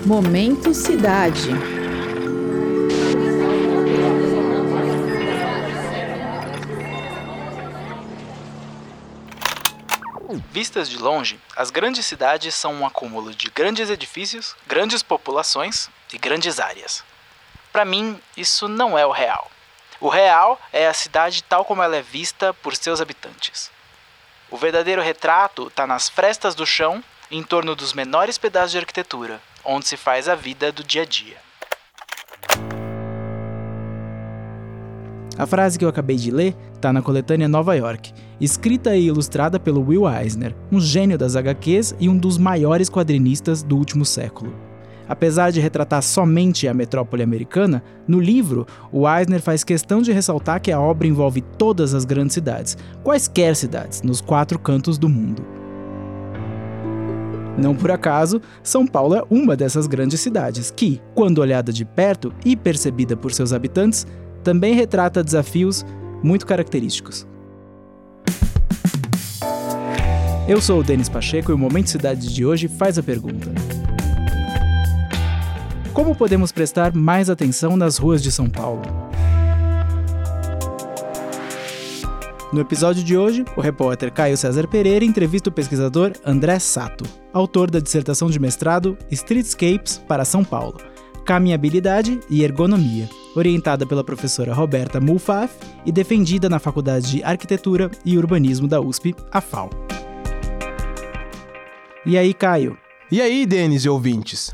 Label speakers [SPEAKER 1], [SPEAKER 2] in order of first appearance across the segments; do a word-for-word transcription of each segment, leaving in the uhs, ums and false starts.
[SPEAKER 1] Momento Cidade.
[SPEAKER 2] Vistas de longe, as grandes cidades são um acúmulo de grandes edifícios, grandes populações e grandes áreas. Para mim, isso não é o real. O real é a cidade tal como ela é vista por seus habitantes. O verdadeiro retrato está nas frestas do chão, em torno dos menores pedaços de arquitetura, onde se faz a vida do dia a dia.
[SPEAKER 3] A frase que eu acabei de ler está na coletânea Nova York, escrita e ilustrada pelo Will Eisner, um gênio das agá quês e um dos maiores quadrinistas do último século. Apesar de retratar somente a metrópole americana, no livro, o Eisner faz questão de ressaltar que a obra envolve todas as grandes cidades, quaisquer cidades, nos quatro cantos do mundo. Não por acaso, São Paulo é uma dessas grandes cidades que, quando olhada de perto e percebida por seus habitantes, também retrata desafios muito característicos. Eu sou o Denis Pacheco e o Momento Cidade de hoje faz a pergunta: como podemos prestar mais atenção nas ruas de São Paulo? No episódio de hoje, o repórter Caio César Pereira entrevista o pesquisador André Sato, autor da dissertação de mestrado Streetscapes para São Paulo, Caminhabilidade e Ergonomia, orientada pela professora Roberta Mulfaf e defendida na Faculdade de Arquitetura e Urbanismo da U S P, a F A U. E aí, Caio?
[SPEAKER 4] E aí, Denis e ouvintes?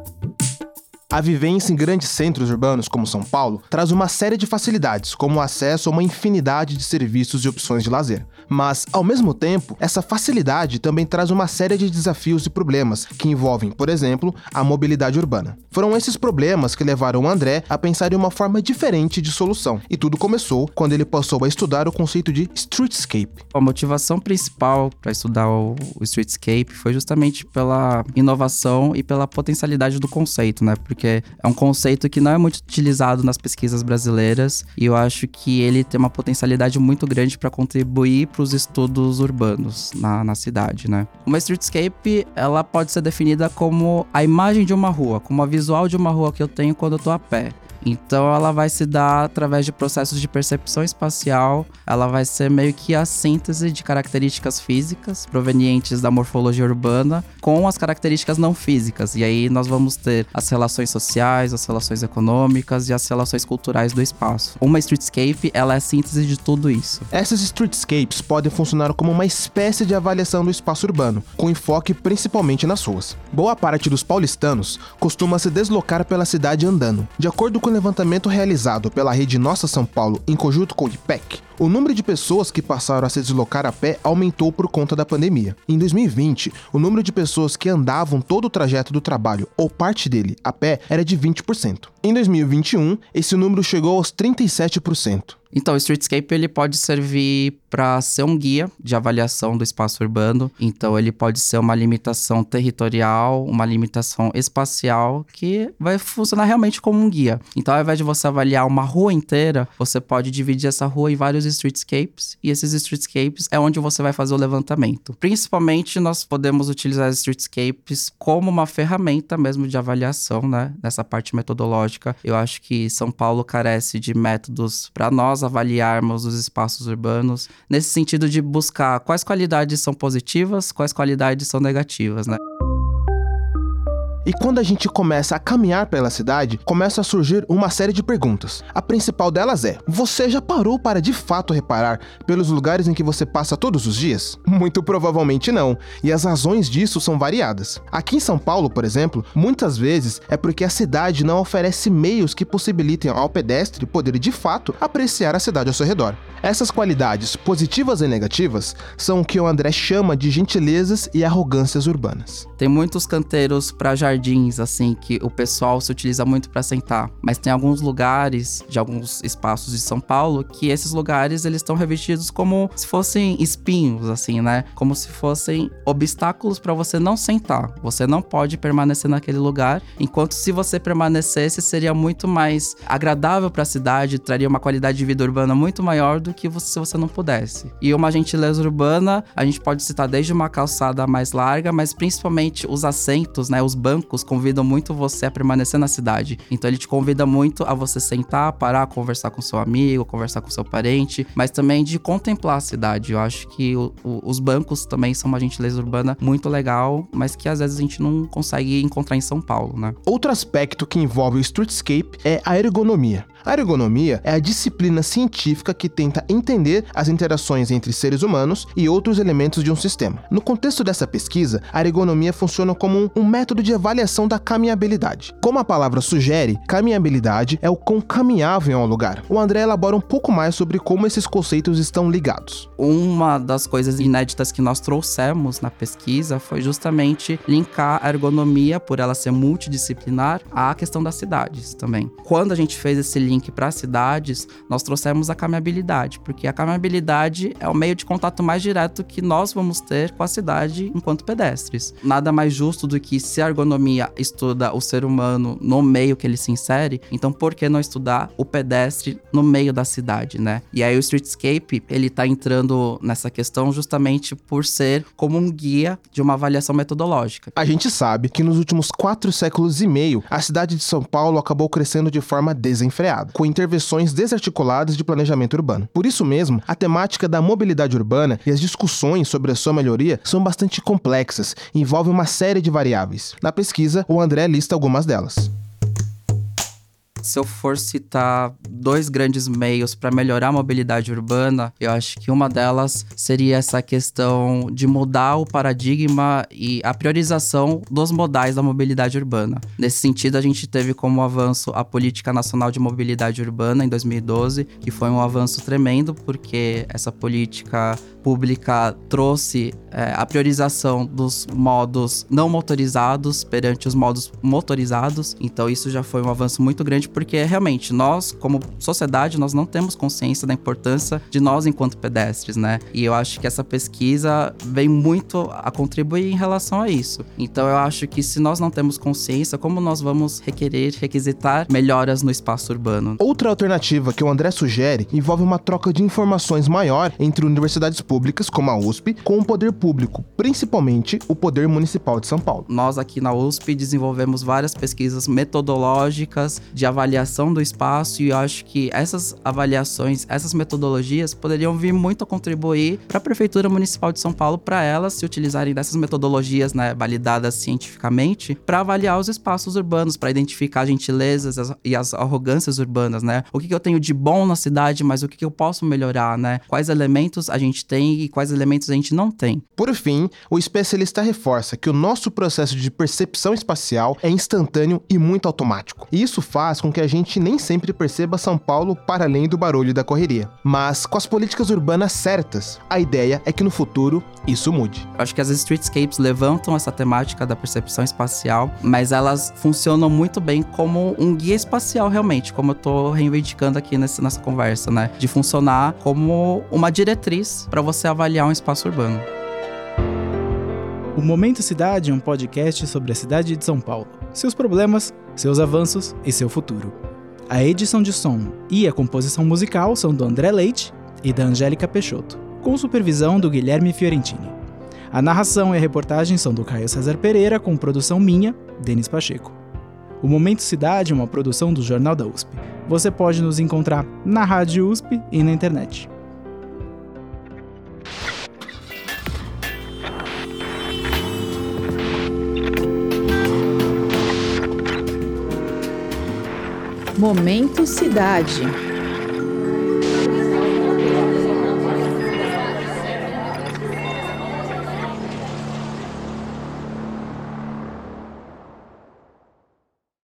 [SPEAKER 4] A vivência em grandes centros urbanos como São Paulo traz uma série de facilidades, como o acesso a uma infinidade de serviços e opções de lazer. Mas, ao mesmo tempo, essa facilidade também traz uma série de desafios e problemas que envolvem, por exemplo, a mobilidade urbana. Foram esses problemas que levaram o André a pensar em uma forma diferente de solução. E tudo começou quando ele passou a estudar o conceito de streetscape.
[SPEAKER 5] A motivação principal para estudar o streetscape foi justamente pela inovação e pela potencialidade do conceito, né? Porque é um conceito que não é muito utilizado nas pesquisas brasileiras e eu acho que ele tem uma potencialidade muito grande para contribuir para os estudos urbanos na, na cidade, né? Uma streetscape, ela pode ser definida como a imagem de uma rua, como a visual de uma rua que eu tenho quando eu tô a pé. Então ela vai se dar através de processos de percepção espacial, ela vai ser meio que a síntese de características físicas provenientes da morfologia urbana com as características não físicas. E aí nós vamos ter as relações sociais, as relações econômicas e as relações culturais do espaço. Uma streetscape, ela é a síntese de tudo isso.
[SPEAKER 4] Essas streetscapes podem funcionar como uma espécie de avaliação do espaço urbano, com enfoque principalmente nas ruas. Boa parte dos paulistanos costuma se deslocar pela cidade andando. De acordo com o levantamento realizado pela rede Nossa São Paulo em conjunto com o I P E C, o número de pessoas que passaram a se deslocar a pé aumentou por conta da pandemia. Em dois mil e vinte, o número de pessoas que andavam todo o trajeto do trabalho ou parte dele a pé era de vinte por cento. Em dois mil e vinte e um, esse número chegou aos trinta e sete por cento.
[SPEAKER 5] Então, o streetscape ele pode servir para ser um guia de avaliação do espaço urbano. Então, ele pode ser uma limitação territorial, uma limitação espacial que vai funcionar realmente como um guia. Então, ao invés de você avaliar uma rua inteira, você pode dividir essa rua em vários streetscapes e esses streetscapes é onde você vai fazer o levantamento. Principalmente, nós podemos utilizar as streetscapes como uma ferramenta mesmo de avaliação, né? Nessa parte metodológica. Eu acho que São Paulo carece de métodos para nós avaliarmos os espaços urbanos, nesse sentido de buscar quais qualidades são positivas, quais qualidades são negativas, né?
[SPEAKER 4] E quando a gente começa a caminhar pela cidade, começa a surgir uma série de perguntas. A principal delas é: você já parou para de fato reparar pelos lugares em que você passa todos os dias? Muito provavelmente não, e as razões disso são variadas. Aqui em São Paulo, por exemplo, muitas vezes é porque a cidade não oferece meios que possibilitem ao pedestre poder de fato apreciar a cidade ao seu redor. Essas qualidades, positivas e negativas, são o que o André chama de gentilezas e arrogâncias urbanas.
[SPEAKER 5] Tem muitos canteiros para jardins, assim, que o pessoal se utiliza muito para sentar. Mas tem alguns lugares, de alguns espaços de São Paulo, que esses lugares, eles estão revestidos como se fossem espinhos, assim, né? Como se fossem obstáculos para você não sentar. Você não pode permanecer naquele lugar, enquanto se você permanecesse, seria muito mais agradável para a cidade, traria uma qualidade de vida urbana muito maior do que você, se você não pudesse. E uma gentileza urbana, a gente pode citar desde uma calçada mais larga, mas principalmente os assentos, né, os bancos convidam muito você a permanecer na cidade. Então ele te convida muito a você sentar, parar, conversar com seu amigo, conversar com seu parente, mas também de contemplar a cidade. Eu acho que o, o, os bancos também são uma gentileza urbana muito legal, mas que às vezes a gente não consegue encontrar em São Paulo, né?
[SPEAKER 4] Outro aspecto que envolve o streetscape é a ergonomia. A ergonomia é a disciplina científica que tenta entender as interações entre seres humanos e outros elementos de um sistema. No contexto dessa pesquisa, a ergonomia funciona como um, um método de avaliação da caminhabilidade. Como a palavra sugere, caminhabilidade é o quão caminhável é um lugar. O André elabora um pouco mais sobre como esses conceitos estão ligados.
[SPEAKER 5] Uma das coisas inéditas que nós trouxemos na pesquisa foi justamente linkar a ergonomia, por ela ser multidisciplinar, à questão das cidades também. Quando a gente fez esse link para cidades, nós trouxemos a caminhabilidade, porque a caminhabilidade é o meio de contato mais direto que nós vamos ter com a cidade enquanto pedestres. Nada mais justo do que, se a ergonomia estuda o ser humano no meio que ele se insere, então por que não estudar o pedestre no meio da cidade, né? E aí o streetscape, ele tá entrando nessa questão justamente por ser como um guia de uma avaliação metodológica.
[SPEAKER 4] A gente sabe que nos últimos quatro séculos e meio, a cidade de São Paulo acabou crescendo de forma desenfreada, com intervenções desarticuladas de planejamento urbano. Por isso mesmo, a temática da mobilidade urbana e as discussões sobre a sua melhoria são bastante complexas e envolvem uma série de variáveis. Na pesquisa, o André lista algumas delas.
[SPEAKER 5] Se eu for citar dois grandes meios para melhorar a mobilidade urbana, eu acho que uma delas seria essa questão de mudar o paradigma e a priorização dos modais da mobilidade urbana. Nesse sentido, a gente teve como avanço a Política Nacional de Mobilidade Urbana em dois mil e doze, que foi um avanço tremendo, porque essa política pública trouxe é, a priorização dos modos não motorizados perante os modos motorizados. Então isso já foi um avanço muito grande, porque realmente nós, como sociedade, nós não temos consciência da importância de nós enquanto pedestres, né? E eu acho que essa pesquisa vem muito a contribuir em relação a isso. Então eu acho que, se nós não temos consciência, como nós vamos requerer, requisitar melhoras no espaço urbano?
[SPEAKER 4] Outra alternativa que o André sugere envolve uma troca de informações maior entre universidades públicas, como a U S P, com o poder público, principalmente o Poder Municipal de São Paulo.
[SPEAKER 5] Nós aqui na U S P desenvolvemos várias pesquisas metodológicas de avaliação do espaço, e eu acho que essas avaliações, essas metodologias poderiam vir muito a contribuir para a Prefeitura Municipal de São Paulo, para elas se utilizarem dessas metodologias, né, validadas cientificamente, para avaliar os espaços urbanos, para identificar as gentilezas e as arrogâncias urbanas, né? O que, que eu tenho de bom na cidade, mas o que, que eu posso melhorar, né? Quais elementos a gente tem e quais elementos a gente não tem.
[SPEAKER 4] Por fim, o especialista reforça que o nosso processo de percepção espacial é instantâneo e muito automático. E isso faz com que a gente nem sempre perceba São Paulo para além do barulho da correria. Mas, com as políticas urbanas certas, a ideia é que no futuro isso mude.
[SPEAKER 5] Eu acho que as streetscapes levantam essa temática da percepção espacial, mas elas funcionam muito bem como um guia espacial, realmente, como eu tô reivindicando aqui nessa, nessa conversa, né? De funcionar como uma diretriz para você avaliar um espaço urbano.
[SPEAKER 3] O Momento Cidade é um podcast sobre a cidade de São Paulo, seus problemas, seus avanços e seu futuro. A edição de som e a composição musical são do André Leite e da Angélica Peixoto, com supervisão do Guilherme Fiorentini. A narração e a reportagem são do Caio César Pereira, com produção minha, Denis Pacheco. O Momento Cidade é uma produção do Jornal da U S P. Você pode nos encontrar na Rádio U S P e na internet.
[SPEAKER 1] Momento Cidade.